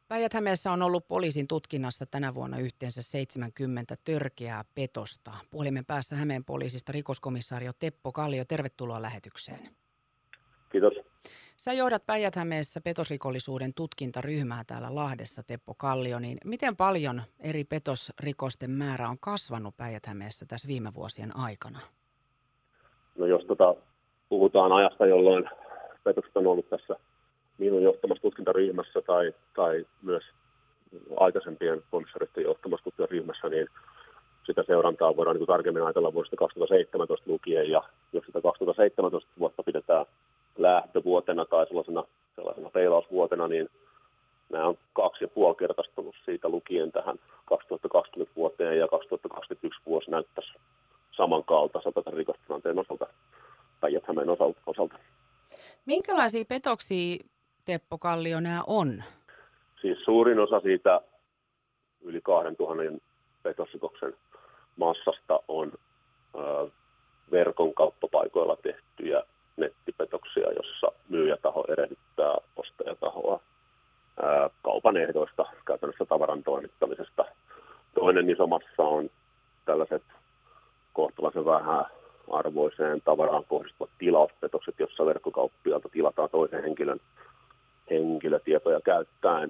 Päijät-Hämeessä on ollut poliisin tutkinnassa tänä vuonna yhteensä 70 törkeää petosta. Puhelimen päässä Hämeen poliisista rikoskomissario Teppo Kallio, tervetuloa lähetykseen. Kiitos. Sä johdat Päijät-Hämeessä petosrikollisuuden tutkintaryhmää täällä Lahdessa, Teppo Kallio. Niin miten paljon eri petosrikosten määrä on kasvanut Päijät-Hämeessä tässä viime vuosien aikana? No jos puhutaan ajasta, jolloin petokset on ollut tässä minun johtamassa tutkintaryhmässä tai myös aikaisempien komissaristen johtamassa tutkintaryhmässä, niin sitä seurantaa voidaan niin tarkemmin ajatella vuodesta 2017 lukien. Ja jos sitä 2017 vuotta pidetään lähtövuotena tai sellaisena peilausvuotena, niin nämä on 2,5-kertaistunut siitä lukien tähän 2020 vuoteen, ja 2021 vuosi näyttäisi samankaltaiselta tämän rikostilanteen osalta, Päijät-Hämeen osalta. Minkälaisia petoksia, Teppo Kallio, nämä on? Siis suurin osa siitä yli 2000 petosrikoksen massasta on verkon kauppapaikoilla tehtyjä nettipetoksia, jossa myyjätaho erehdyttää ostajatahoa kaupan ehdoista, käytännössä tavaran toimittamisesta. Toinen iso massa on tällaiset kohtalaisen vähän arvoiseen tavaraan kohdistuvat tilauspetokset, jossa verkkokauppialta tilataan toisen henkilön henkilötietoja käyttäen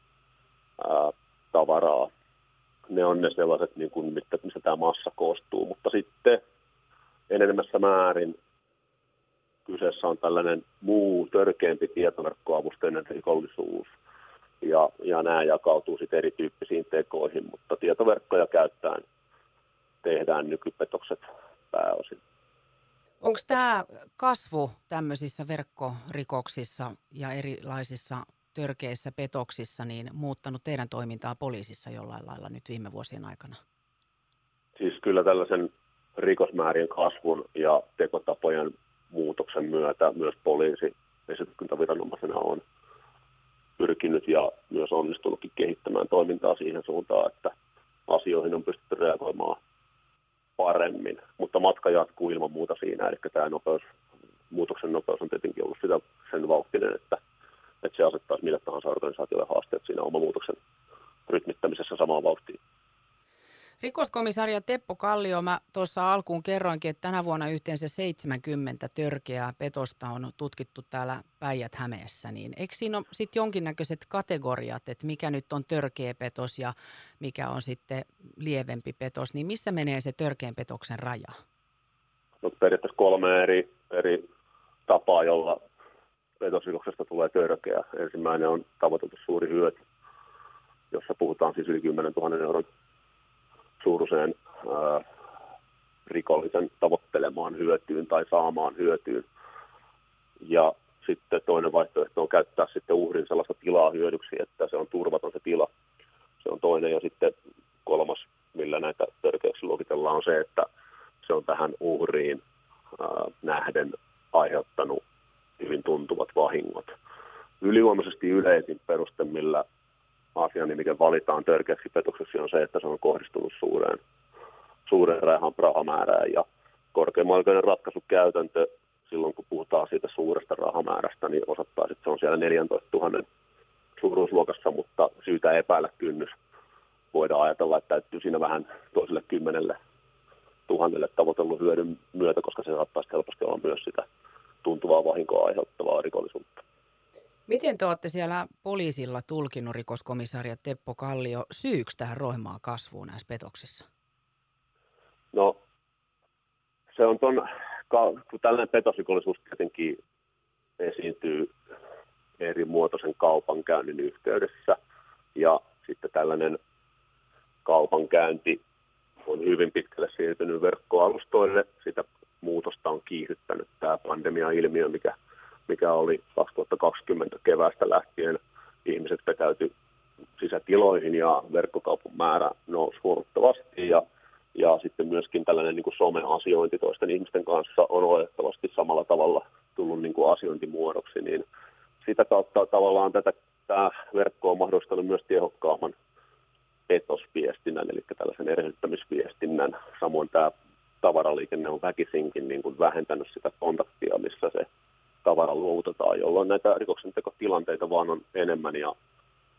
tavaraa. Ne on ne sellaiset, niin kuin, mistä tämä massa koostuu, mutta sitten enenemässä määrin kyseessä on tällainen muu törkeämpi tietoverkkoavusteinen rikollisuus, ja nämä jakautuu sitten erityyppisiin tekoihin, mutta tietoverkkoja käyttäen tehdään nykypetokset pääosin. Onko tämä kasvu tämmöisissä verkkorikoksissa ja erilaisissa törkeissä petoksissa niin muuttanut teidän toimintaa poliisissa jollain lailla nyt viime vuosien aikana? Siis kyllä tällaisen rikosmäärien kasvun ja tekotapojen muutoksen myötä myös poliisi esitutkintaviranomaisena on pyrkinyt ja myös onnistunutkin kehittämään toimintaa siihen suuntaan, että asioihin on pystytty reagoimaan paremmin, mutta matka jatkuu ilman muuta siinä, eli tämä muutoksen nopeus on tietenkin ollut sen vauhtinen, että se asettaisi millä tahansa organisaatioille haasteet siinä oman muutoksen rytmittämisessä samaan vauhtiin. Rikoskomisaria Teppo Kallio, mä tuossa alkuun kerroinkin, että tänä vuonna yhteensä 70 törkeää petosta on tutkittu täällä Päijät-Hämeessä, niin eikö siinä ole sitten jonkinnäköiset kategoriat, että mikä nyt on törkeä petos ja mikä on sitten lievempi petos, niin missä menee se törkeän petoksen raja? No, periaatteessa 3 eri tapaa, jolla petosrikoksesta tulee törkeä. Ensimmäinen on tavoiteltu suuri hyöty, jossa puhutaan siis yli 10 000 euron suuruiseen rikollisen tavoittelemaan hyötyyn tai saamaan hyötyyn. Ja sitten toinen vaihtoehto on käyttää sitten uhrin sellaista tilaa hyödyksi, että se on turvaton se tila. Se on toinen, ja sitten kolmas, millä näitä törkeyksiä luokitellaan, on se, että se on tähän uhriin nähden aiheuttanut hyvin tuntuvat vahingot. Ylivoimaisesti yleisin peruste, millä asianimike valitaan törkeäksi petokseksi, on se, että se on kohdistunut suureen rahamäärään, ja korkeimman oikeuden ratkaisukäytäntö silloin, kun puhutaan siitä suuresta rahamäärästä, niin osoittaa, että se on siellä 14 000 suuruusluokassa, mutta syytä epäillä kynnys. Voidaan ajatella, että täytyy siinä vähän toiselle 10 000 tavoitellut hyödyn myötä, koska se saattaisi helposti olla myös sitä tuntuvaa vahinkoa aiheuttavaa rikollisuutta. Miten te olette siellä poliisilla tulkinut, rikoskomisaria Teppo Kallio, syyksi tähän roimaan kasvuun näissä petoksissa? No, se on kun tällainen petosrikollisuus tietenkin esiintyy eri muotoisen kaupankäynnin yhteydessä, ja sitten tällainen kaupankäynti on hyvin pitkälle siirtynyt verkkoalustoille. Sitä muutosta on kiihdyttänyt tämä pandemia-ilmiö, mikä oli 2020 keväästä lähtien. Ihmiset vetäytyi sisätiloihin ja verkkokaupan määrä nousi huomattavasti, ja sitten myöskin tällainen niin kuin some-asiointi toisten ihmisten kanssa on oletettavasti samalla tavalla tullut niin kuin asiointimuodoksi, niin sitä kautta tavallaan tämä verkko on mahdollistanut myös tehokkaamman petosviestinnän, eli tällaisen erehdyttämisviestinnän. Samoin tämä tavaraliikenne on väkisinkin niin kuin vähentänyt sitä kontaktia, missä se tavara luovutetaan, jolloin näitä rikoksentekotilanteita vaan on enemmän, ja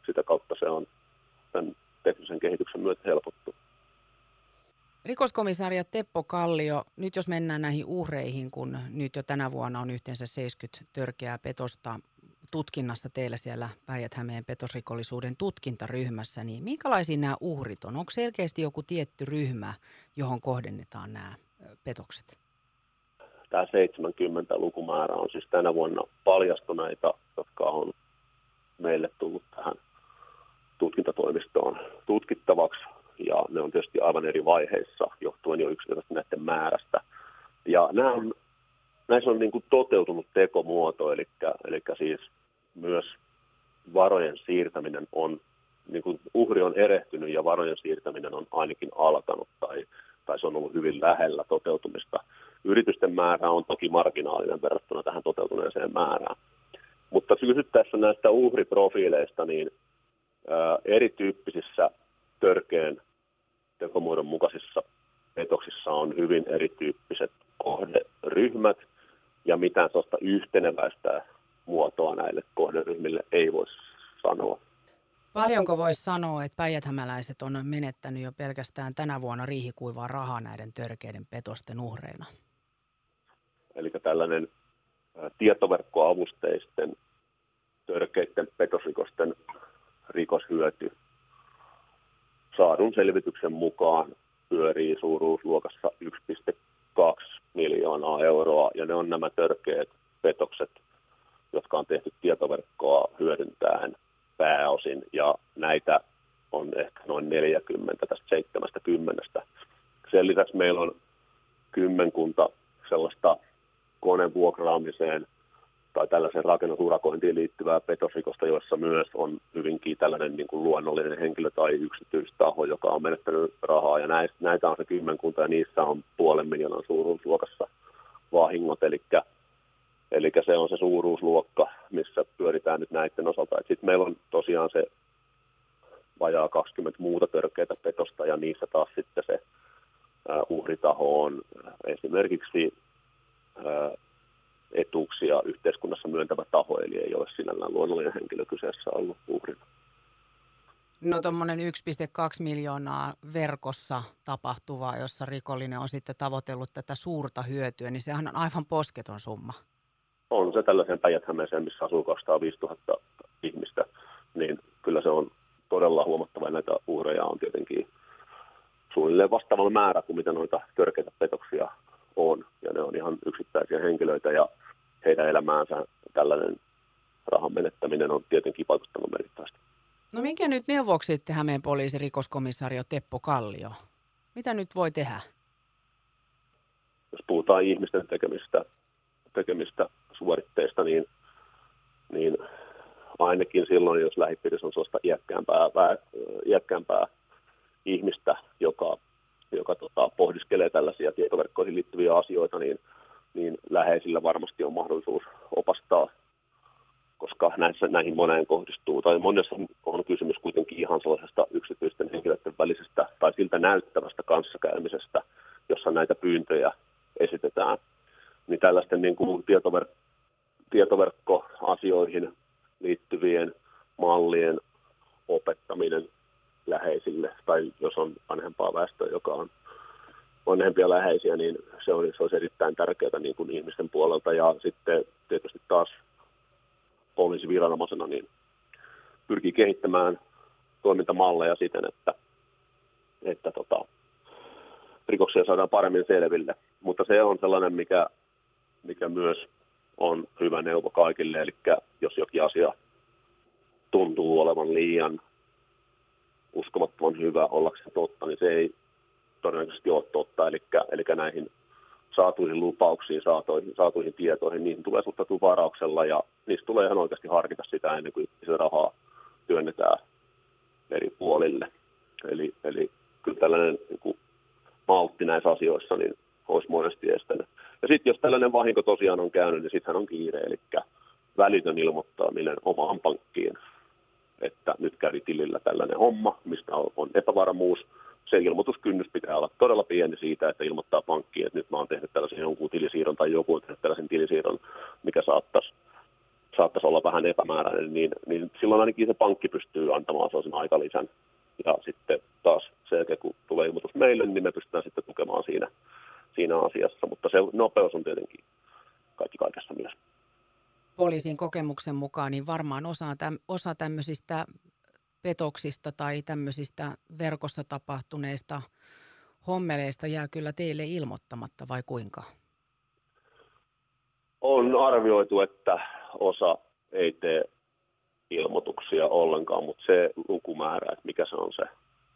sitä kautta se on tämän teknisen kehityksen myötä helpottu. Rikoskomisaria Teppo Kallio, nyt jos mennään näihin uhreihin, kun nyt jo tänä vuonna on yhteensä 70 törkeää petosta tutkinnassa teillä siellä Päijät-Hämeen petosrikollisuuden tutkintaryhmässä, niin minkälaisia nämä uhrit on? Onko selkeästi joku tietty ryhmä, johon kohdennetaan nämä petokset? Tämä 70 lukumäärä on siis tänä vuonna paljastuneita, jotka on meille tullut tähän tutkintatoimistoon tutkittavaksi. Ja ne on tietysti aivan eri vaiheissa, johtuen jo yksinkertaisesti näiden määrästä. Ja näissä on niin kuin toteutunut tekomuoto, eli siis myös varojen siirtäminen on, niin kuin uhri on erehtynyt ja varojen siirtäminen on ainakin alkanut tai se on ollut hyvin lähellä toteutumista. Yritysten määrä on toki marginaalinen verrattuna tähän toteutuneeseen määrään. Mutta kysyttäessä näistä uhriprofiileista, niin erityyppisissä törkeän tekomuodon mukaisissa petoksissa on hyvin erityyppiset kohderyhmät, ja mitään sellaista yhteneväistä muotoa näille kohderyhmille ei voi sanoa. Paljonko voisi sanoa, että päijäthämäläiset on menettänyt jo pelkästään tänä vuonna riihikuivaa rahaa näiden törkeiden petosten uhreina? Eli tällainen tietoverkkoavusteisten törkeiden petosrikosten rikoshyöty saadun selvityksen mukaan pyörii suuruusluokassa 1,2 miljoonaa euroa, ja ne on nämä törkeät petokset, jotka on tehty tietoverkkoa hyödyntäen pääosin, ja näitä on ehkä noin 40 tästä 70. Sen lisäksi meillä on kymmenkunta sellaista konevuokraamiseen tai tällaisen rakennusurakointiin liittyvää petosrikosta, joissa myös on hyvinkin tällainen niin kuin luonnollinen henkilö tai yksityistaho, joka on menettänyt rahaa. Ja näitä on se kymmenkunta, ja niissä on 500 000 suuruusluokassa vahingot. Eli se on se suuruusluokka, missä pyöritään nyt näiden osalta. Sitten meillä on tosiaan se vajaa 20 muuta törkeitä petosta, ja niissä taas sitten se uhritaho on esimerkiksi etuuksia yhteiskunnassa myöntävä taho, eli ei ole sinällään luonnollinen henkilö kyseessä ollut uhrina. No tuommoinen 1,2 miljoonaa verkossa tapahtuvaa, jossa rikollinen on sitten tavoitellut tätä suurta hyötyä, niin sehän on aivan posketon summa. On se tällaisen Päijät-Hämeeseen, missä asuu 205 000 ihmistä, niin kyllä se on todella huomattava. Näitä uhreja on tietenkin suunnilleen vastaavalla määrä kuin mitä noita törkeitä petoksia on. Ja ne on ihan yksittäisiä henkilöitä, ja heidän elämäänsä tällainen rahan menettäminen on tietenkin vaikuttanut merkittävästi. No minkä nyt neuvoksitte Hämeen poliisin rikoskomisario Teppo Kallio? Mitä nyt voi tehdä? Jos puhutaan ihmisten tekemistä suoritteista, niin ainakin silloin, jos lähipiirissä on sellaista iäkkäämpää ihmistä, joka pohdiskelee tällaisia tietoverkkoihin liittyviä asioita, niin läheisillä varmasti on mahdollisuus opastaa, koska näihin moneen kohdistuu, tai monessa on kysymys kuitenkin ihan sellaisesta yksityisten henkilöiden välisestä tai siltä näyttävästä kanssakäymisestä, jossa näitä pyyntöjä esitetään. Niin tällaisten niin kuin tietoverkkoasioihin liittyvien mallien opettaminen läheisille, tai jos on vanhempaa väestöä, joka on vanhempia läheisiä, niin se olisi erittäin tärkeää niin kuin ihmisten puolelta. Ja sitten tietysti taas poliisiviranomaisena niin pyrkii kehittämään toimintamalleja siten, että rikoksia saadaan paremmin selville. Mutta se on sellainen, mikä myös on hyvä neuvo kaikille, eli jos jokin asia tuntuu olevan liian uskomattoman hyvä ollakseen totta, niin se ei todennäköisesti ole totta. Eli näihin saatuihin lupauksiin, saatuihin tietoihin, niihin tulee suhtautua varauksella, ja niistä tulee ihan oikeasti harkita sitä ennen kuin se rahaa työnnetään eri puolille. Eli kyllä tällainen niin maltti näissä asioissa niin olisi monesti estänyt. Ja sitten jos tällainen vahinko tosiaan on käynyt, niin sittenhän on kiire, eli välitön ilmoittaminen omaan pankkiin, että nyt kävi tilillä tällainen homma, mistä on epävarmuus. Se ilmoituskynnys pitää olla todella pieni siitä, että ilmoittaa pankkiin, että nyt mä oon tehnyt tällaisen jonkun tilisiirron tai joku on tehnyt tällaisen tilisiirron, mikä saattaisi saattaisi olla vähän epämääräinen, niin silloin ainakin se pankki pystyy antamaan sellaisen aikalisän. Ja sitten taas sen jälkeen, kun tulee ilmoitus meille, niin me pystytään sitten tukemaan siinä asiassa. Mutta se nopeus on tietenkin kaikki kaikessa myös. Poliisin kokemuksen mukaan niin varmaan osa tämmöisistä petoksista tai tämmöisistä verkossa tapahtuneista hommeleista jää kyllä teille ilmoittamatta, vai kuinka? On arvioitu, että osa ei tee ilmoituksia ollenkaan, mutta se lukumäärä, että mikä se on se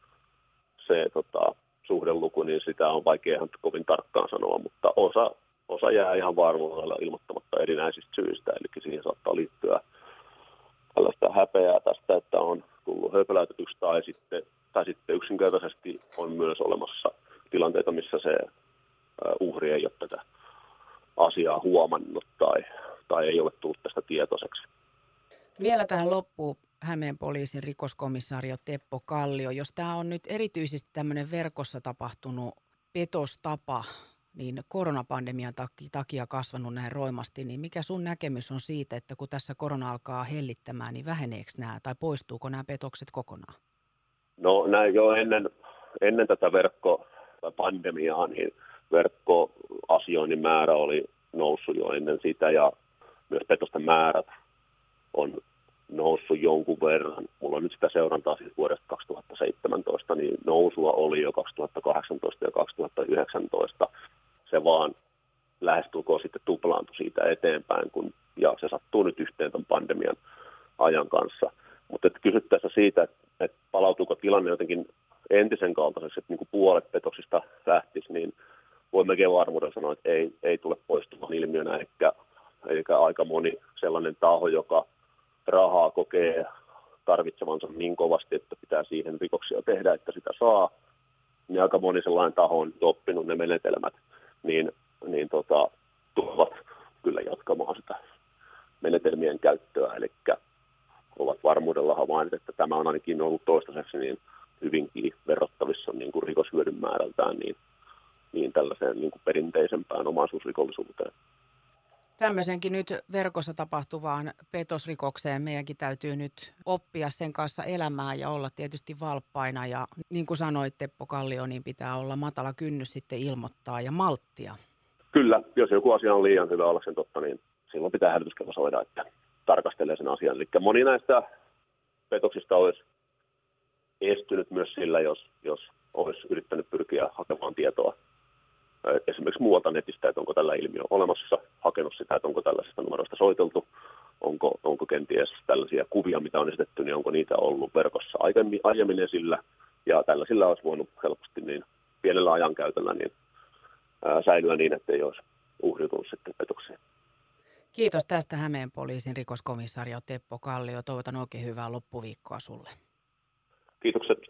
suhdeluku, niin sitä on vaikea ihan kovin tarkkaan sanoa, mutta osa jää ihan varmuudella ilmoittamatta erinäisistä syistä, eli siihen saattaa liittyä tällaista häpeää tästä, että on tullut höpöläytetyksi, tai sitten yksinkertaisesti on myös olemassa tilanteita, missä se uhri ei ole tätä asiaa huomannut tai ei ole tullut tästä tietoiseksi. Vielä tähän loppuun Hämeen poliisin rikoskomissario Teppo Kallio. Jos tämä on nyt erityisesti tämmöinen verkossa tapahtunut petostapa, niin koronapandemian takia kasvanut näin roimasti, niin mikä sun näkemys on siitä, että kun tässä korona alkaa hellittämään, niin väheneekö nämä tai poistuuko nämä petokset kokonaan? No näin jo ennen tätä verkkopandemiaa, niin verkkoasioinnin määrä oli noussut jo ennen sitä ja myös petosten määrät on noussut jonkun verran. Mulla on nyt sitä seurantaa siis vuodesta 2017, niin nousua oli jo 2018 ja 2019. Se vaan lähestulkoon sitten tuplaantui siitä eteenpäin, ja se sattuu nyt yhteen tämän pandemian ajan kanssa. Mutta kysyttäessä siitä, että palautuuko tilanne jotenkin entisen kaltaiseksi, että niin kuin puolet petoksista lähtisi, niin voi melkein varmuudella sanoa, että ei tule poistumaan ilmiönä, eli aika moni sellainen taho, joka rahaa kokee tarvitsevansa niin kovasti, että pitää siihen rikoksia tehdä, että sitä saa, niin aika moni sellainen taho on oppinut ne menetelmät, niin tulevat kyllä jatkamaan sitä menetelmien käyttöä, eli ovat varmuudella havainneet, että tämä on ainakin ollut toistaiseksi niin hyvinkin verrattavissa niin kuin rikoshyödyn määrältään niin tällaiseen niin kuin perinteisempään omaisuusrikollisuuteen. Tämmöisenkin nyt verkossa tapahtuvaan petosrikokseen meidänkin täytyy nyt oppia sen kanssa elämään ja olla tietysti valppaina. Ja niin kuin sanoit Teppo Kallio, niin pitää olla matala kynnys sitten ilmoittaa ja malttia. Kyllä, jos joku asia on liian hyvä olla sen totta, niin silloin pitää hälytyskello soida, että tarkastelee sen asian. Eli moni näistä petoksista olisi estynyt myös sillä, jos olisi yrittänyt pyrkiä hakemaan tietoa esimerkiksi muualta netistä, että onko tällä ilmiö olemassa, hakenut sitä, että onko tällaisista numeroista soiteltu, onko kenties tällaisia kuvia, mitä on esitetty, niin onko niitä ollut verkossa aiemmin esillä, ja tällaisilla olisi voinut helposti niin pienellä ajankäytöllä niin säilyä niin, että ei olisi uhriutunut sitten petokseen. Kiitos tästä Hämeen poliisin rikoskomissario Teppo Kallio. Toivotan oikein hyvää loppuviikkoa sulle. Kiitokset